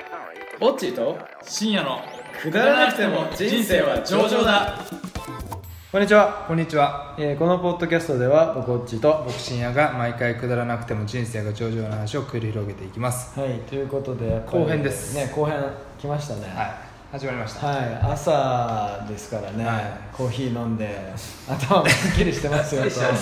オッチーと深夜のくだらなくても人生は上々だ。こんにちは。 こんにちは。 このポッドキャストでは僕オッチーと僕深夜が毎回くだらなくても人生が上々な話を繰り広げていきます。 はい、ということでやっぱり後編ですね、後編来ましたね。 はい、始まりました。 はい、朝ですからね、 はいコーヒー飲んで頭もすっきりしてますよとはい、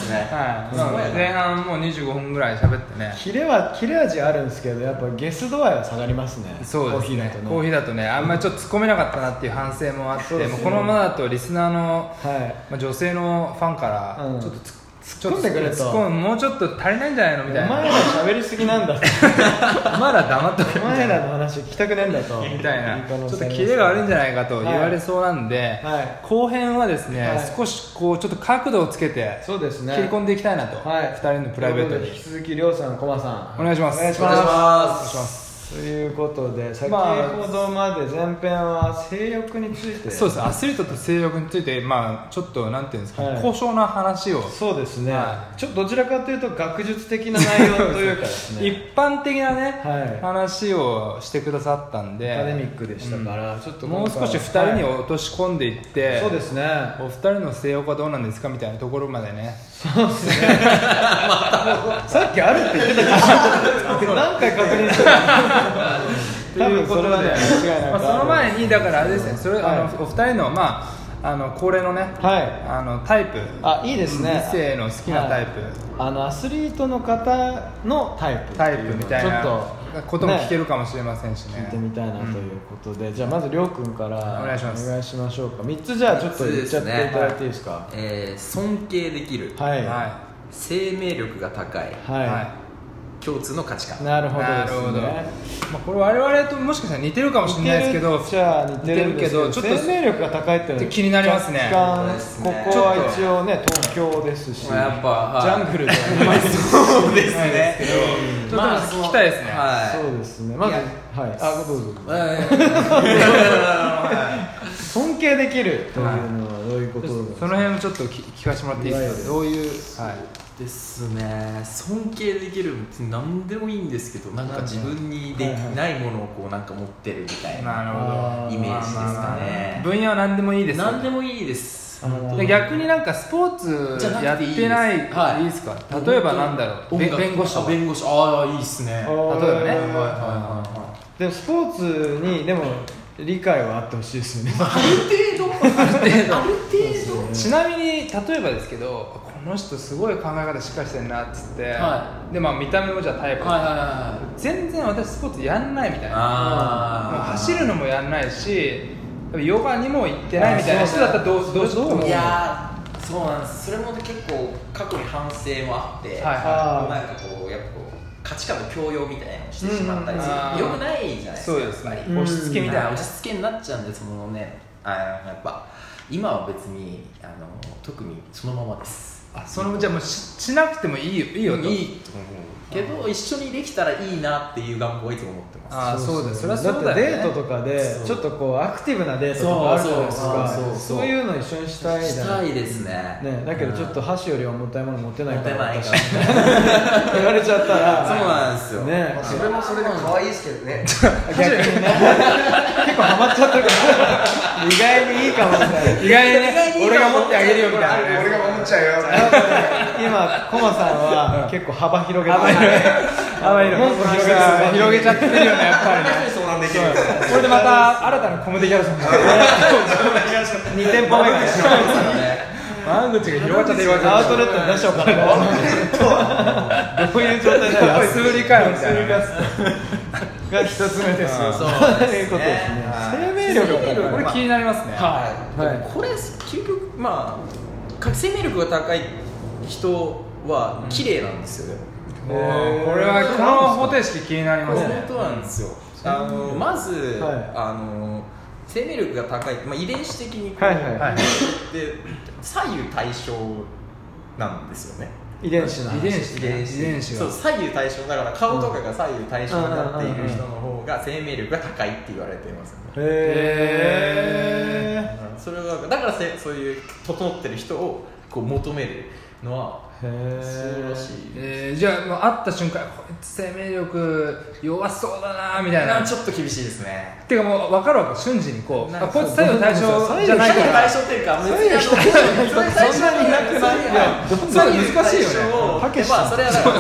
まあ前半もう25分ぐらい喋ってね。 切れ味あるんですけど、やっぱゲス度合いは下がりますね。 そうですね。 コーヒーだとね。 コーヒーだとね、あんまりちょっと突っ込めなかったなっていう反省もあって、 そうですねもうこのままだとリスナーの、 はい女性のファンからうんちょっと突っ込んでくれと。 もうちょっと足りないんじゃないのみたいな。 お前ら喋りすぎなんだって。 お前ら黙っとけお前らの話聞きたくねえんだと。 みたいな、 可能性ありますちょっとキレが悪いんじゃないかと言われそうなんで、 はい後編はですね、 はい少しこうちょっと角度をつけてそうですね。 切り込んでいきたいなと、 はい、 2人のプライベートにということで引き続きりょうさん、こまさんお願いします。 お願いします。 お願いしますということで、先まあほどまで前編は性欲について、 そうです。アスリートと性欲について、まあちょっとなんていうんですか、 はい高尚な話を、 そうですね、 はちょっとどちらかというと学術的な内容というかですね一般的なね、 はい話をしてくださったんで、 アカデミックでしたから、ちょっともう少し2人に落とし込んでいって、 そうですね、 お二人の性欲はどうなんですかみたいなところまでね。 そうですねさっきあるって言ってたけど何回確認してた多分それはね、間違いなくその前にだからあれですね、それ、 はいお二人の恒例のね、 はいタイプ、 いいですね、 異性の好きなタイプ、 アスリートの方のタイプみたいなちょっことも聞けるかもしれませんしね。 聞いてみたいなということで、じゃあまずりょうくんからお願いしますお願いしましょうか。3つじゃあちょっと言っちゃっていただいていいですか。 尊敬できる、 はいは生命力が高い、 は共通の価値観。 い、なるほどですね。 なるほど。これ我々ともしかしたら似てるかもしれないですけど、 似てるじゃあ似てるんですけど、 似てるけどちょっと生命力が高いっていうのは気になりますね若干そうですねここは一応ね東京ですし、 やっぱ、 ジャングルではそうですないですけど、ちょっとまず聞きたいですね。 はいそうですね。まずいやはい、どうぞ。 は尊敬できるというのはどういうことですか。 その辺もちょっと聞かせてもらっていいですか。どういう、 いですね、尊敬できるって何でもいいんですけど、なんか自分にできないものをこうなんか持ってるみたいななるほど。 イメージですかね。 分野は何でもいいです。 何でもいいです本当で逆になんかスポーツやってないいいですか。例えばなんだろう、 音楽弁護士とか。 弁護士、ああいいっすね。 例えばね。 でもスポーツにでも理解はあってほしいですよね。 ある程度ちなみに例えばですけど、この人すごい考え方しっかりしてるなっつって、で見た目もじゃあタイプ、全然私スポーツやんないみたいな、もう走るのもやんないしヨガにも行ってないみたいな人だったらどうしよう。 いやーそうなんです。それも結構過去に反省もあって、なんかこうやっぱこう価値観の強要みたいなのをしてしまったりする、よくないじゃないですか。 そうですね、 やっぱり押し付けみたいな、 押し付けになっちゃうんで、そのね、やっぱ今は別に特にそのままです。 じゃあもうしなくてもいいよと。 いいと思うけど、一緒にできたらいいなっていう願望はいつも持ってます。 そうです。それはだそうだよね。 ってデートとかでちょっとこうアクティブなデートとかあるじゃないですか。そういうの一緒にしたいじゃない。 したいですね。 だけどちょっと箸より重たいもの持てないから持てないか言われちゃったらそうなんですよね。 それもそれで可愛いですけどね。 逆にね結構ハマっちゃってるから意外にいいかもみたいな。 意外にね、俺が持ってあげるよみたいな。 俺が守っちゃうよ。 今コマさんは結構幅広げて広げちゃってるよね、やっぱりね。 そうなんできる。 これでまた新たなコメディギャルソンが 2店舗目が間口が広がっちゃってアウトレットに出しようかなどういう状態だ安売りかよみたいなが一つ目ですよ。 そういうことですね。生命力これ気になりますね。 これ究極生命力が高い人は綺麗なんですよ。 これはこの方程式気になりますね。 本当なんですよ。まず生命力が高い、遺伝子的にで左右対称なんですよね。 遺伝子の遺伝子そう、左右対称だから顔とかが左右対称になっている人の方が生命力が高いって言われていますよね。 へそれはだからそういう整ってる人をこう求めるのはそうらしい。 じゃあ会った瞬間こいつ生命力弱そうだなみたいな。 ちょっと厳しいですね。 てかもう分かるわけ、瞬時にこうこいつ左右対称じゃないから。 対象っていうかそんなになくない。 それ難しいよね。 はけしまあそれはそう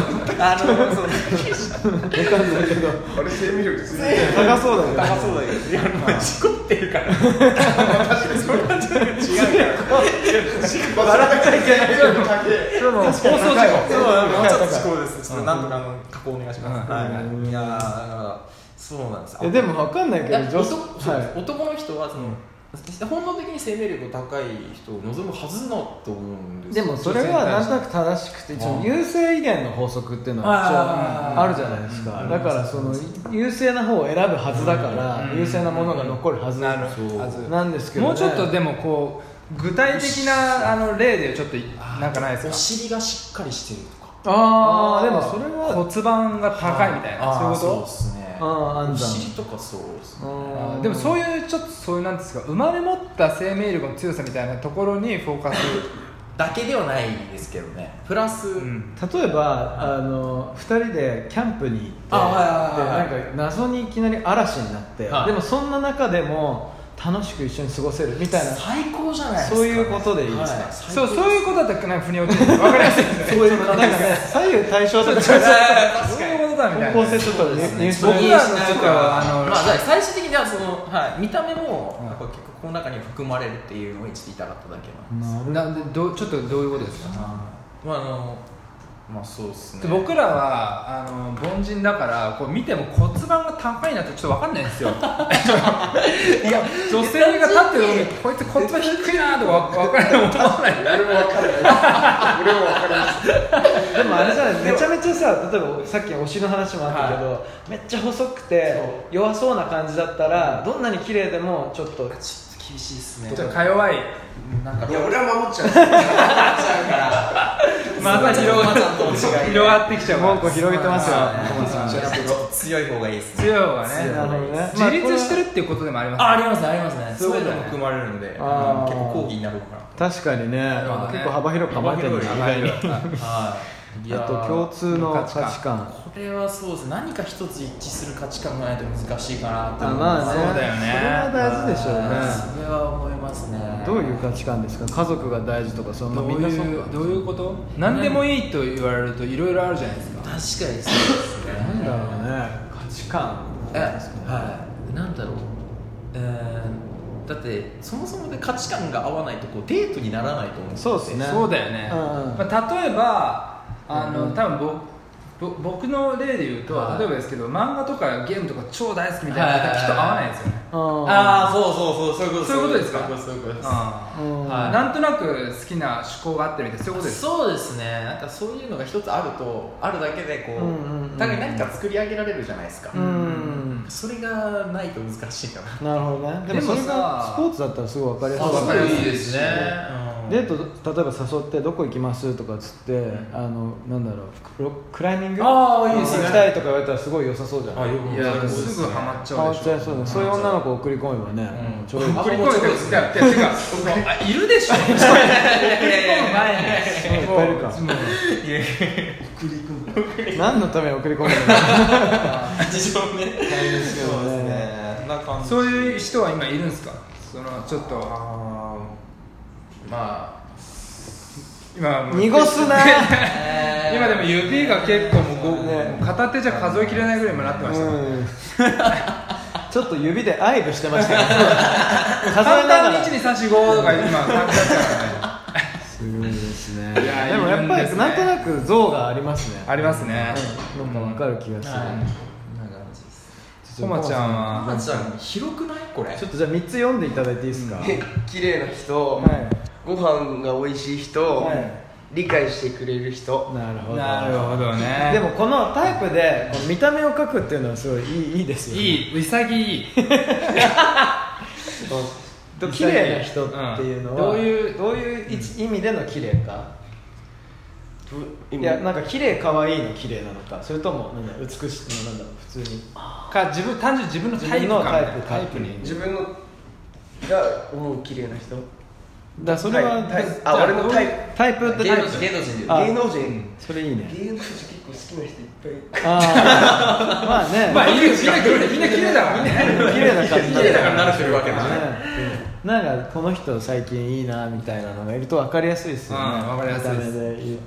分かんないけどあれ生命力ついて高そうだよね。 高そうだよ。いや事故ってるから。確かにそれはちょっと違うから。 笑っちゃいけないよね。 放送事故。 そう、もうちょっと事故です。ちょっとなんとか加工お願いします。はい。いやだからそうなんです。 でも分かんないけど男の人はその本能的に生命力が高い人を望むはずだと思うんです。 でもそれはなんとなく正しくて、優勢遺伝の法則っていうのはあるじゃないですか。だからその優勢な方を選ぶはずだから優勢なものが残るはずなんですけど、 もうちょっとでもこう具体的な例でちょっとなんかないですか。 お尻がしっかりしてるとか。 でもそれは骨盤が高いみたいな、そういうこと。 そうですね。お尻とかそうですね。 でもそういうちょっとそういうなんですか、生まれ持った生命力の強さみたいなところにフォーカスだけではないですけどね。プラス、 例えば2人でキャンプに行って、なんか謎にいきなり嵐になって、でもそんな中でも楽しく一緒に過ごせるみたいな、 最高じゃないですか。 そういうことでいいですか。 そういうことだったら腑に落ちる。分かりやすいですね。 そういうなんかね、左右対称とかそういうことだみたいな。 方向性ちょっと入手僕らのちょっと最終的にはその見た目もやっぱ結構この中に含まれるっていうのを言っていたかっただけなんです。 ちょっとどういうことですか。 まあそうですね。 僕らは凡人だからこう見ても骨盤が高いなってちょっと分かんないんですよ。いや女性が立ってるのにこいつ骨盤低いなとか分からない。思わない。 俺も分かる。俺も分かります。 でもあれじゃない、めちゃめちゃさ、例えばさっきお尻の話もあったけど、めっちゃ細くて弱そうな感じだったらどんなに綺麗でもちょっと厳しいですね。 ちょっとか弱い。 なんかいや俺は守っちゃう。 また広がってきちゃう。 門戸広げてますよ。 強い方がいいですね。 強い方がね。自立してるっていうことでもあります。 ありますね、ありますね。そういうのも含まれるので、結構講義になるから。 確かにね、結構幅広く考えてるんですね。あと共通の価値観。 これはそうです。何か一つ一致する価値観がないと難しいかなと思います。 そうだよね。 それは大事でしょうね。 それは思いますね。 どういう価値観ですか。家族が大事とかそんなみんなそうか。 どういうこと？何でもいいと言われるといろいろあるじゃないですか。 確かにそうですね。 なんだろうね。価値観。 はい。なんだろう。だってそもそもで価値観が合わないとこうデートにならないと思うんですよ。 そうですね。 そうだよね。例えば多分僕の例で言うと、例えばですけど漫画とかゲームとか超大好きみたいな方きっと合わないですよね。 そういうことそういうことですか。 そういうことです。 なんとなく好きな趣向があってみたいな、そういうことですか。 そうですね。なんかそういうのが一つあるだけでこう互いに何か作り上げられるじゃないですか。それがないと難しいかな。 なるほどね。でもそれがスポーツだったらすごい分かりやすい。 分かりやすいですね。 デート例えば誘ってどこ行きますとかっつってなんだろうクライミング行きたいとか言われたらすごい良さそうじゃない。 いやすぐハマっちゃうでしょ。 そういう女の子を送り込めばね。 送り込めているでしょ。送り込む前にいっぱいいるか。何のために送り込むの？ 事情ね。 そういう人は今いるんですか。ちょっと。今濁すな。 今でも指が結構もう片手じゃ数えきれないぐらいになってましたちょっと指でアイブしてましたね。 簡単に1、2、3、4、5とか今感じだったからね。 すごいですね。でもやっぱりなんとなく像がありますね。 ありますね。 なんか分かる気がする。 コマちゃんは広くないこれ。 ちょっとじゃあ3つ読んでいただいていいですか。 綺麗な人、ご飯が美味しい人、理解してくれる人。 なるほど。 なるほどね。 でもこのタイプで見た目を描くっていうのはすごいいいですよね。 潔い。 綺麗な人っていうのはどういう意味での綺麗か。いやなんか綺麗可愛いの綺麗なのか、それとも美しいの普通に単純に自分のタイプに自分のが思う綺麗な人。 だそれは俺のタイプって芸能人それいいね。 芸能人結構好きな人いっぱいいる。 まあね、 まあいる、みんな綺麗だからね。 綺麗な感じ綺麗だから慣れてるわけだね。 なんかこの人最近いいなみたいなのがいると分かりやすいですよね。 分かりやすいです。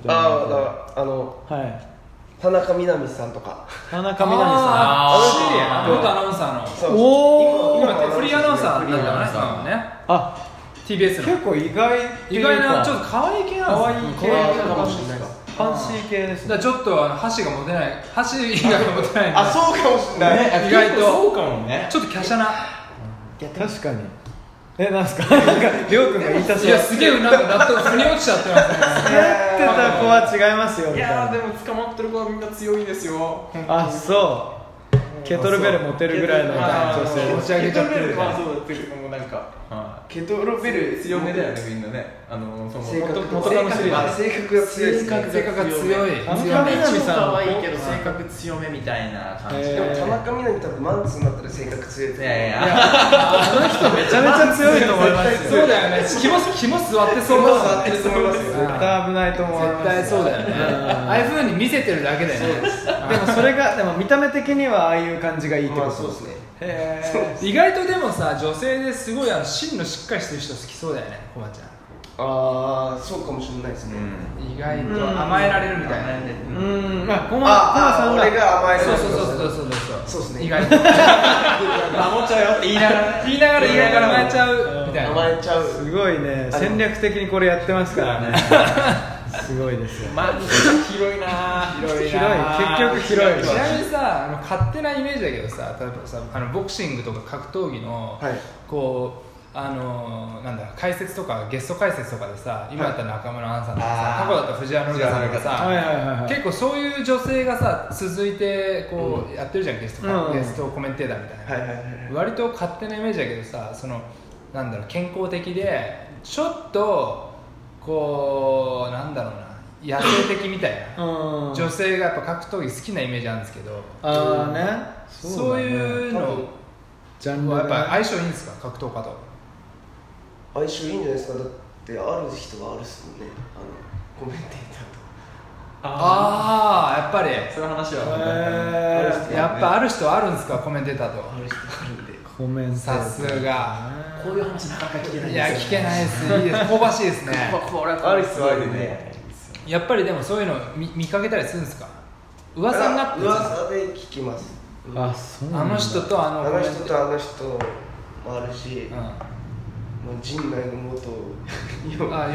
田中みな実さんとか。 田中みな実さん。 元アナウンサーの。今フリーアナウンサーなんだね。TBS の。 結構意外なちょっと可愛い系なんです。 可愛い系かもしれないです。ファンシー系ですね。 ちょっと箸が持てない、箸以外が持てない。 そうかもしれない。 意外とそうかもね。 ちょっと華奢な。 確かに。なんすか。なんかりょうくんが言いたそう。 いやすげえなんか納得腑に落ちちゃってますね。 付き合ってた子は違いますよみたいな。 いやでも捕まってる子はみんな強いですよ。 そう。ケトルベル持てるぐらいの女性持ち上げちゃってる。 そうだっていうもうなんかケトルベル強めだよねみんなね。 性格が強い。 性格が強い。 田中みな実さん可愛いけど性格強めみたいな感じ。 でも田中みな実多分マンツーになったら性格強い。 あの人めちゃめちゃ強いと思いますよ。 そうだよね。肝座ってそうだ。 座ってると思いますよ。 絶対危ないと思います。 絶対そうだよね。ああいう風に見せてるだけだよね。 でもそれがでも見た目的にはああいう感じがいいってことそうですね。 意外とでもさ女性ですごい芯のしっかりしてる人好きそうだよね、コバちゃん。 そうかもしれないですね。 意外と甘えられるみたいな。 コマさんが俺が甘えられる。 そうですね。 意外と守っちゃうよって言いながら甘えちゃうみたいな。 甘えちゃう。 すごいね、戦略的にこれやってますからね。すごいですよ。 広いな。 結局広い。 ちなみにさ、勝手なイメージだけどさ、例えばさ、ボクシングとか格闘技のこうなんだ解説とかゲスト解説とかでさ、今だったら中村アンさんとかさ、過去だったら藤原紀香さんとかさ、結構そういう女性がさ続いてこうやってるじゃん、ゲストコメンテーターみたいな。割と勝手なイメージだけどさ、なんだろう、健康的でちょっとこうなんだろうな、野生的みたいな女性がやっぱ格闘技好きなイメージあるんですけど、そういうのはやっぱ相性いいんですか、格闘家と。 相性いいんじゃないですか。だってある人はあるっすもんね、コメンテーターと。 やっぱりそういう話はやっぱある人はあるんですか、コメンテーターと。 ある人あるんで。 コメンテーター、 さすが。 こういう話なかなか聞けない。 いや聞けないです。いいです、香ばしいですね。 ある人はあるね。 やっぱりでもそういうの見かけたりするんですか。噂になってるんですか。 噂で聞きます。 そうなんだ。 あの人とあの人もあるし、陣内の元嫁と格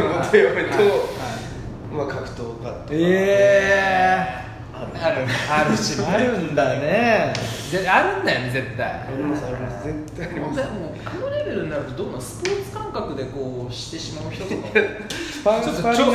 闘家とかあるし、 あるんだね。 あるんだよね、絶対。 あります、絶対あります。 でもこのレベルになるとどうなの、スポーツ感覚でこうしてしまう人とかちょっと相談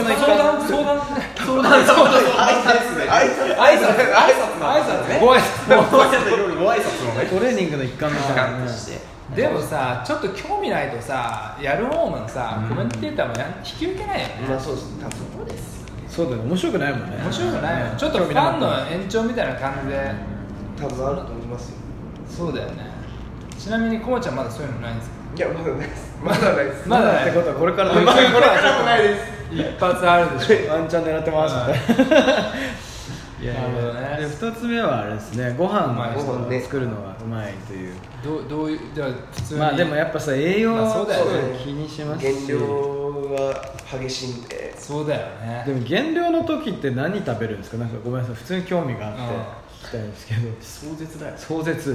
ご挨拶のね、 トレーニングの一環みたいなね。 でもさ、ちょっと興味ないとさ、やる方もさ、コメンテーターも引き受けないよね。 そうですね、多分そうです。 そうだよ、面白くないもんね。 面白くないよ。ちょっとファンの延長みたいな感じで多分あると思いますよ。 そうだよね。ちなみにコモちゃんまだそういうのないんですか。 いや、まだないです。 まだってことはこれからまだないです。 一発あるでしょ。 ワンチャン狙ってますみたいな。いや、2つ目はあれですね、ご飯を作るのがうまいという。 どういう、では普通にでもやっぱさ、栄養はそうだよね、 気にしますし、 減量が激しいんで。 そうだよね。 でも減量の時って何食べるんですか。なんかごめんなさい、普通に興味があって聞きたいんですけど。 壮絶だよ。 壮絶。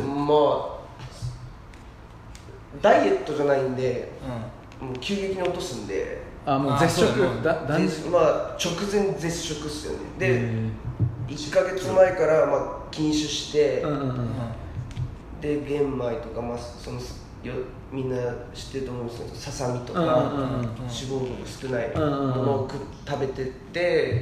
ダイエットじゃないんで、もう急激に落とすんで。 もう絶食。 直前絶食っすよね。で1ヶ月前から禁酒して、で玄米とか、みんな知ってると思うんですけど、ささみとか脂肪分が少ないものを食べてって、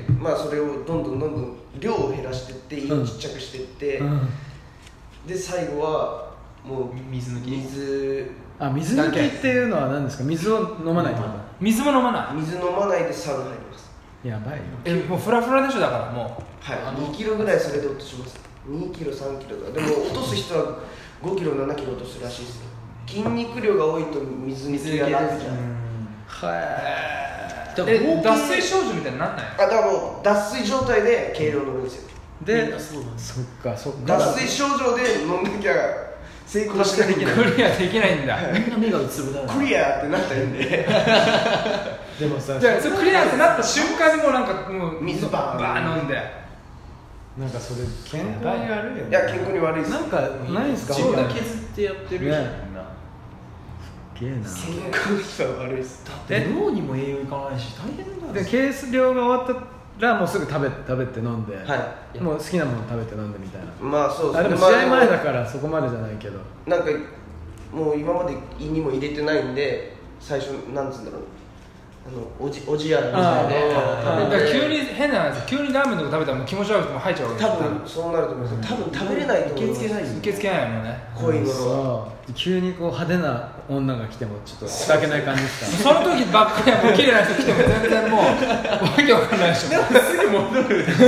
それをどんどん量を減らしていって胃をちっちゃくしていって、で最後はもう水抜き。 水抜きっていうのは何ですか。水を飲まないと。 水も飲まない。 水飲まないでサウナ入ります。 やばいよ。 もうフラフラでしょ。だからもう 2キロぐらいそれで落とします。2キロ3キロとか。でも落とす人は5キロ7キロ落とすらしいですよ。筋肉量が多いと水抜きが楽じゃん。 脱水症状みたいになんないの？ だからもう脱水状態で軽量飲むんですよ。 で、そっか脱水症状で飲んなきゃ成功しない。 クリアできないんだ。 みんな目がうつぶだな。 クリアってなったんででもさ、 じゃあクリアってなった瞬間にもうなんかもう水バー飲んで、 なんかそれ健康に悪いよね。 いや健康に悪いです。 なんかないんすか？ 自分削ってやってるじゃん、みんな。 すげえな。 健康には悪いです。 だって脳にも栄養いかないし大変だよ。 で計量が終わったらもうすぐ食べて飲んで、もう好きなもの食べて飲んでみたいな。 まあそうですね。 でも試合前だからそこまでじゃないけど、 なんかもう今まで胃にも入れてないんで、最初なんつうんだろう、おじやみたいなだから急に変な話、急にラーメンとか食べたらもう気持ち悪くても吐いちゃうわけです。 多分そうなると思います。多分食べれないと思います。 受け付けないもんね。 こういうのは急にこう派手な女が来てもちょっと仕掛けない感じですか？ その時ばっかりはもう綺麗な人来ても全然もうわけわかんないでしょ。 すぐ戻るちょ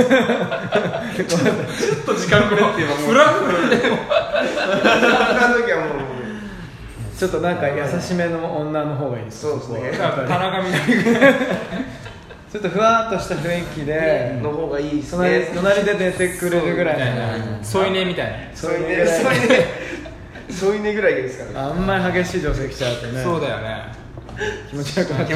っと時間くれっていうのもフラフラでもその時はもうちょっとなんか優しめの女の方がいいです。 そうですね。 田中みな実ぐらいちょっとふわっとした雰囲気での方がいいですね。 隣で出てくれるぐらいの添い寝みたいな。 添い寝ぐらいですからね。 あんまり激しい女性来ちゃうとね。 そうだよね。 気持ち悪くなっちゃう。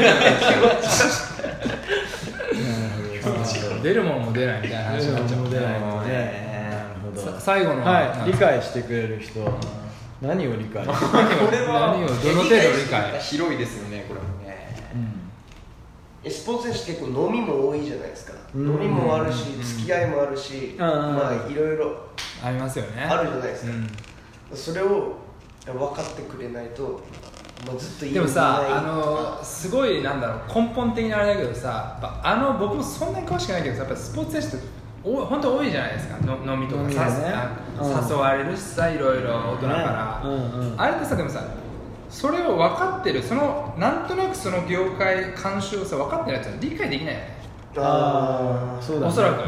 出るものも出ないみたいな話になっちゃう。 出ないもんね。なるほど。 最後の理解してくれる人、何を理解？ これは何をどの程度理解？ 広いですよね、これもね。 スポーツ選手結構飲みも多いじゃないですか。飲みもあるし、付き合いもあるし、まあいろいろありますよね。 あるじゃないですか。それを分かってくれないと、まあずっとでもさ、すごいなんだろう、根本的なあれだけどさ、僕もそんなに詳しくないけどさ、やっぱスポーツ選手って本当多いじゃないですか。飲みとか誘われるしさ、いろいろ大人から、あれってさ、でもさ、それを分かってる、そのなんとなくその業界慣習をさ分かってるやつは理解できないよね。 そうだね。 おそらく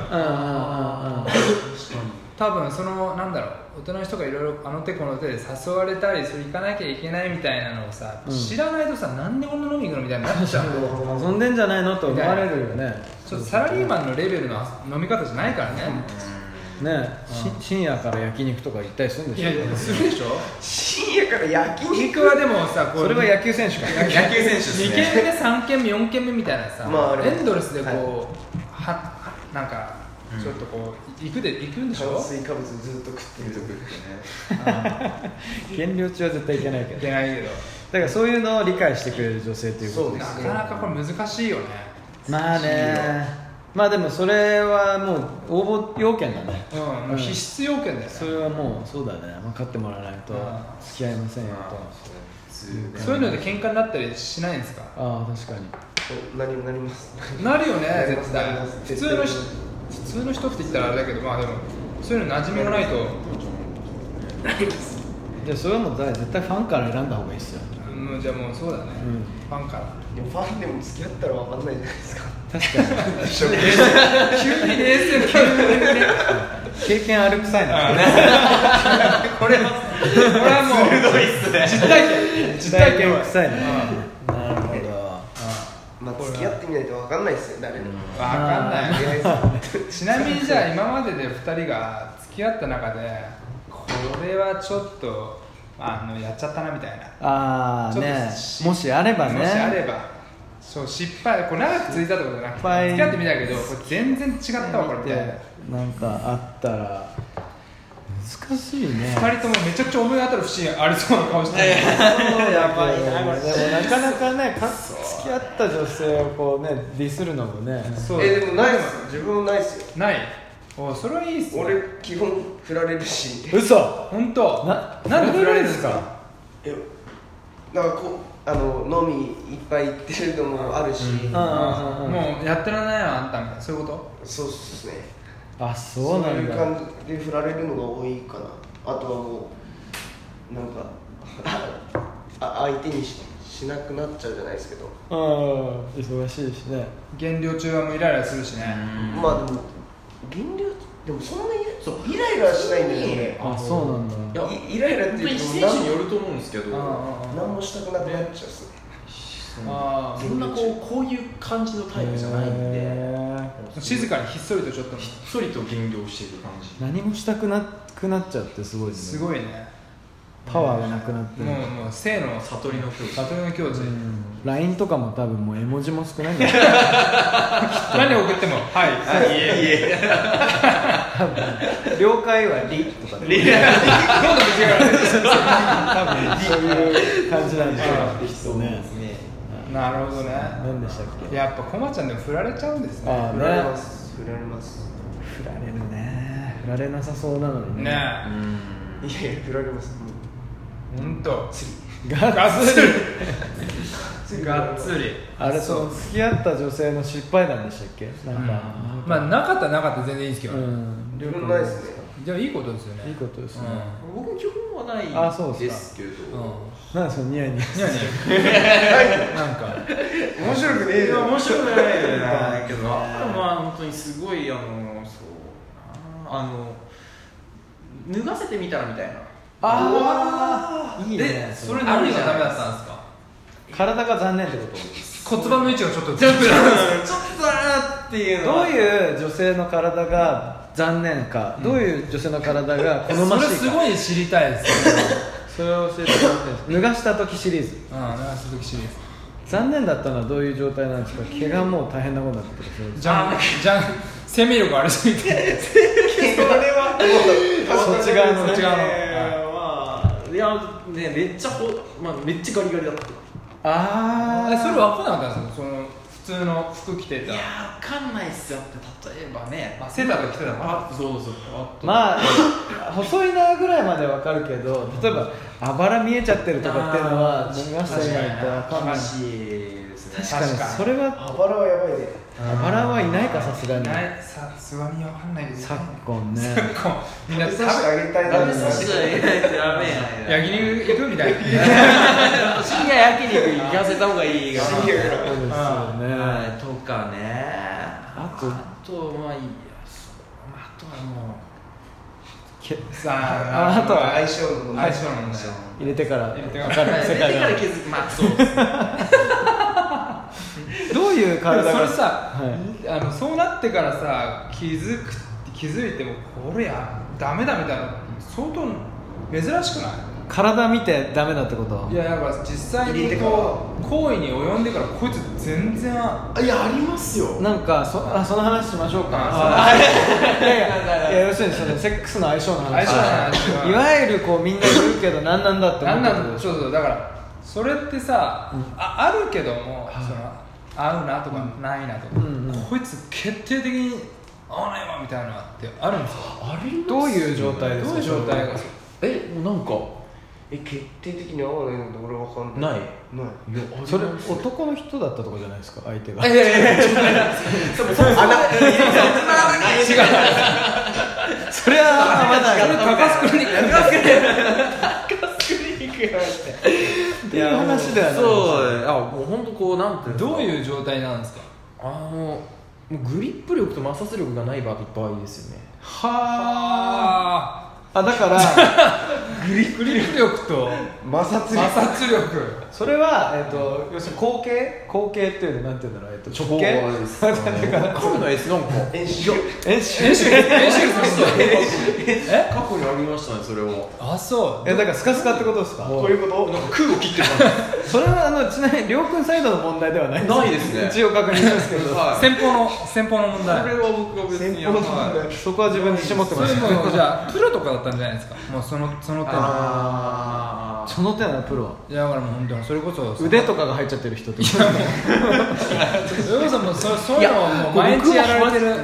多分そのなんだろう、大人の人がいろいろあの手この手で誘われたり、それ行かなきゃいけないみたいなのをさ、知らないとさ、なんでこんな飲み行くのみたいになっちゃう。 遊んでんじゃないのと思われるよね。 ちょっとサラリーマンのレベルの飲み方じゃないからね。 深夜から焼肉とか行ったりするんでしょ？ いや、するでしょ。 深夜から焼肉はでもさ、 それは野球選手か。 野球選手ですね。 2軒目3軒目4軒目みたいなさ、エンドレスでこうなんかちょっとこう行くんでしょ。 炭水化物ずっと食ってるね。 減量中は絶対いけないけど。 いけないけど。 だからそういうのを理解してくれる女性っていうことですね。なかなかこれ難しいよね。 まあね。まあでもそれはもう応募要件だね。 もう必須要件だよね。 それはもうそうだね。分かってもらわないと付き合いませんよと。 そういうので喧嘩になったりしないんですか？ ああ、確かに。 なります。 なるよね、絶対。普通の人って言ったらあれだけど、まあでもそういうの馴染みがないと。 じゃあそれはもう絶対ファンから選んだ方がいいですよ。 じゃあもうそうだね。ファンから。 でもファンでも付き合ったら分かんないじゃないですか。 確かに。 急に冷静、急にね。 経験ある臭いな。 これはもう鋭いっすね。 実体験臭いな。なるほど。 まあ付き合ってみないと分かんないですよ、誰も。 分かんない。ちなみにじゃあ今までで2人が付き合った中で、これはちょっとやっちゃったなみたいな。 ああね。もしあればね。 もしあれば。そう、失敗、これ長く続いたってことじゃなくて、付き合ってみたけど、これ全然違ったわ、これみたいな。 なんかあったら難しいね。 2人ともめちゃくちゃ思い当たる節ありそうな顔してる。 やばいな。でもなかなかね、付き合った女性をこうねディスるのもね。 でもないです。自分はないですよ。 ない。それはいいっすね。 俺基本振られるし。 嘘。 本当。なんで振られるんですか？ だから飲みいっぱい行ってるのもあるし、 もうやってられないなあんたみたいな、そういうこと？ そうですね。 あ、そうなんだ。 そういう感じで振られるのが多いかな。あとはもうなんか相手にしなくなっちゃうじゃないですけど。 忙しいしね。 減量中はもうイライラするしね。 まあでも減量でもそんなイライラはしないんだよね。 あ、そうなんだ。 イライラっていうと選手によると思うんですけど、 何もしたくなくなっちゃうっすね。 そんなこういう感じのタイプじゃないんで、 静かにひっそりとちょっとひっそりと減量している感じ。 何もしたくなっちゃってすごいね。 すごいね。 パワーがなくなって、 もう性の悟りの境地。 悟りの境地。 LINE とかも多分もう絵文字も少ないんだよ。 何送ってもはいいえ了解はリとかで。 どんどん違う。 多分そういう感じなんでしょうね。 なるほどね。 何でしたっけ。 やっぱコマちゃんでも振られちゃうんですね。 振られます。振られるね。振られなさそうなのにね。 ね。 いや振られます。 本当。 がっつり。 あれそう付き合った女性の失敗談でしたっけ。なんかまあなかった全然いいんですけど。 自分ないですね。 じゃあいいことですよね。 いいことですね。 僕基本はないですけど。 なんでそのニヤニヤ。 なんか面白くねえよ。 面白くないけど、まあ本当にすごいそう脱がせてみたらみたいな。 いいね。 それ何がダメだったんですか。 体が残念ってこと。 骨盤の位置がちょっとちょっとっていうのはどういう女性の体が残念か、どういう女性の体が好ましいか、 それすごい知りたいですね。 それを教えてもらってるんです。脱がした時シリーズ。 脱がした時シリーズ。 残念だったのはどういう状態なんですか。毛がもう大変なことになってる。 じゃん生命力ありすぎて。 それはそっち側の。 いやね、めっちゃガリガリだった。 それ分かんなかったんですよ。その普通の服着てた。 いや分かんないっすよって。例えばね、 セーターと着てたの。 そうまあ細いなぐらいまで分かるけど、例えばあばら見えちゃってるとかっていうのは脱がしてないと分かんない。確かにそれはあばらはやばいね。 あばらはいないか、さすがに。 さすがに分かんないです昨今ね。 みんな食べさせてあげたいな。 焼肉行くみたいな。 深夜焼肉行かせた方がいいが。 そうですよね。 とかね。あとまあいいや。あとはもう。 あとは相性の問題。 入れてから分かる世界が。まあそうです。 どういう体が。 それさ、そうなってからさ気づいてもこれダメだみたいな相当珍しくない？ 体見てダメだってこと？ いややっぱ実際にこう行為に及んでからこいつ全然いやありますよ。 なんかその話しましょうか。いや要するにそのセックスの相性の話。いわゆるこうみんな言うけど何なんだって思ってる。 そうだからそれってさ、あるけどもその合うなとかないなとか、こいつ決定的に合わないわみたいなのってあるんですよ。 どういう状態ですか？ どういう状態がなんか決定的に合わないのって俺は分かんない。 ないそれ男の人だったとかじゃないですか、相手が。 違うそれはまだ高須クリニックっていう話ではない。 そうもう本当こうなんてどういう状態なんですか？ もうグリップ力と摩擦力がない場合ですよね。 はあ、だからグリップ力と摩擦力。 それは要するに後傾っていうのなんていうんだろう、直径です。だから彼の S なんか円周過去にありましたね、それは。 そう。 だからスカスカってことですか？ こういうこと？ なんか空を切ってる。 それはちなみにりょうくんサイドの問題ではないですね。 一応確認しますけど。 先方の問題。 それは僕は別にそこは自分で自信持ってます。 じゃあプロとかだったんじゃないですか？もうその手のプロ。 いやだからもう本当にそれこそ腕とかが入っちゃってる人とか。 それこそもうそういうのをもう毎日やられてる。 だから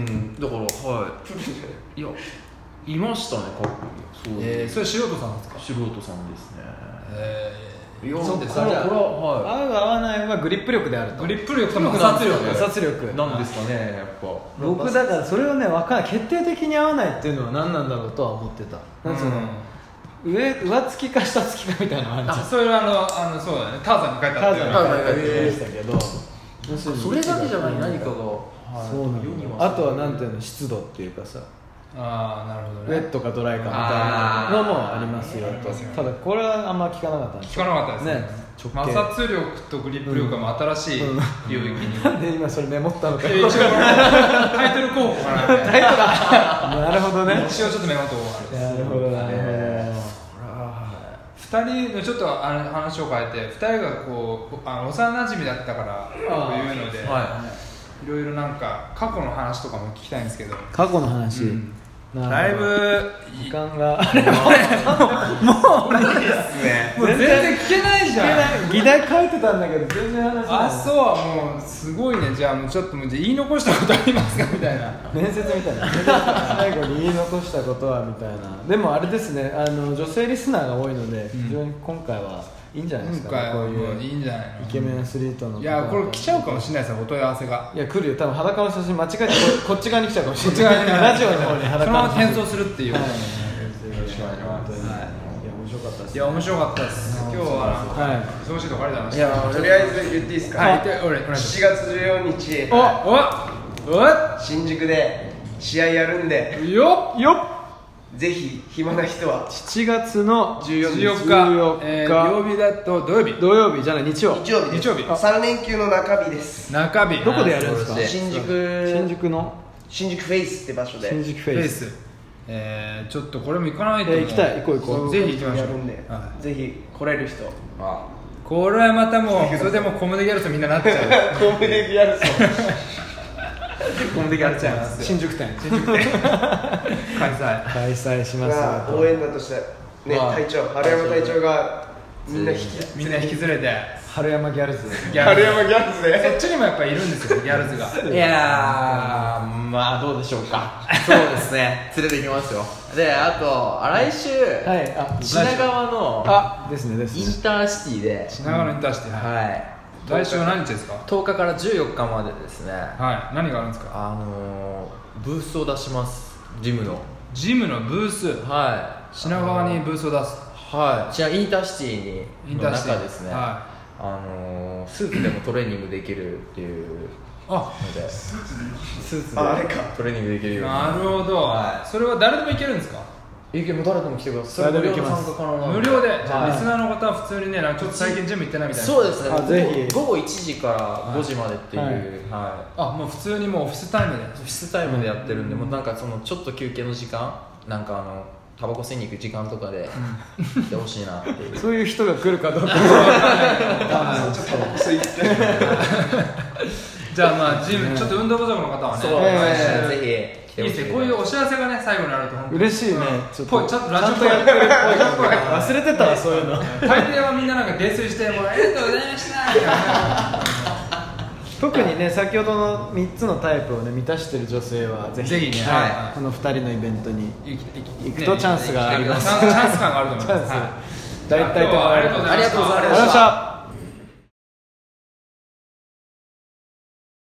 いやいましたね、過去に。 それ素人さんですか？ 素人さんですね。 そうです。じゃあ合う合わないはグリップ力であると。 グリップ力と摩擦力なんですかね、やっぱ。 僕だからそれをね分かんない、決定的に合わないっていうのは何なんだろうとは思ってた。なんその上付きか下付きかみたいな話。 それはそうだね、ターザンに書いてあったでしたけど、 それだけじゃない何かが。 そうなの。あとはなんていうの、湿度っていうかさ。 なるほどね。 ウェットかドライかみたいなのもありますよと。ただこれはあんま聞かなかったんです。 聞かなかったですね。 摩擦力とグリップ力が新しい領域に、 なんで今それメモったのか、 タイトル候補かなってタイトルなるほどね、 一応ちょっとメモっとこうかな。 なるほどなるほど。2人のちょっと話を変えて、2人がこう幼馴染だったからというので、いろいろなんか過去の話とかも聞きたいんですけど。 過去の話、 だいぶ時間がもういいですね。もう全然聞けないじゃん。 議題書いてたんだけど全然話せない。 あ、そうもうすごいね。じゃあもうちょっと言い残したことありますかみたいな面接みたいな最後に言い残したことはみたいな。でもあれですね、女性リスナーが多いので、非常に今回はいいんじゃないですか、 今回はもういいんじゃないの。 イケメンアスリートの、 いやこれ来ちゃうかもしれないですよ、お問い合わせが。 いや来るよ、多分裸の写真間違えてこっち側に来ちゃうかもしれない。ラジオの方に裸のそのまま転送するっていう。よろしくお願いします。 いや面白かったです。 いや面白かったです。今日は忙しいとこありがとうございました。 とりあえず言っていいですか。 はい。 7月14日お新宿で試合やるんで、 よっぜひ暇な人は 7月の 14日曜日だと土曜日じゃない日曜日 3連休の中日です。 中日どこでやるんですか。 新宿フェイスって場所で。 新宿フェイス、 ちょっとこれも行かないと。 行きたい、行こうぜひ行きましょう。 ぜひ来れる人。 これはまたもうそれでもコムデギャルソンみんななっちゃう。 コムデギャルソンコムデギャルちゃいます。 新宿店開催します。 応援団としてね、春山隊長がみんな引き連れて春山ギャルズ春山ギャルズでそっちにもやっぱいるんですよ、ギャルズが。 いやー、まあどうでしょうか。そうですね、連れて行きますよ。で、あと来週、品川のですねインターシティで、 品川のインターシティ、はい、来週は何日ですか。 10日から14日までですね。 はい、何があるんですか。 ブースを出します。ジムのブース、はい、品川にブースを出す。 はい、インターシティの中ですね。スーツでもトレーニングできるっていうので、スーツでトレーニングできるように。 なるほど、それは誰でも行けるんですか。 もう誰でも来てください。 無料で参加可能なので。無料で、じゃあリスナーの方は普通にね、ちょっと最近ジム行ってないみたいな。 そうですね、 ぜひ午後1時から5時までっていう、 もう普通にもうオフィスタイムでやってるんで、もうなんかそのちょっと休憩の時間、なんかタバコ吸いに行く時間とかで来てほしいなっていう。 そういう人が来るかどうか。 ちょっとタバコ吸いってじゃあまあジム、ちょっと運動不足の方はね、 ぜひいいですね。こういうお知らせがね最後にあると本当に嬉しいね。 ちょっとラジオっぽい。 忘れてたわ、そういうの。 大抵はみんななんか泥酔してもうありがとうございましたみたいな。 特にね、先ほどの3つのタイプをね満たしている女性はぜひね、この2人のイベントに行くとチャンスがあります。 チャンス感があると思います。 大体ともありがとうございました。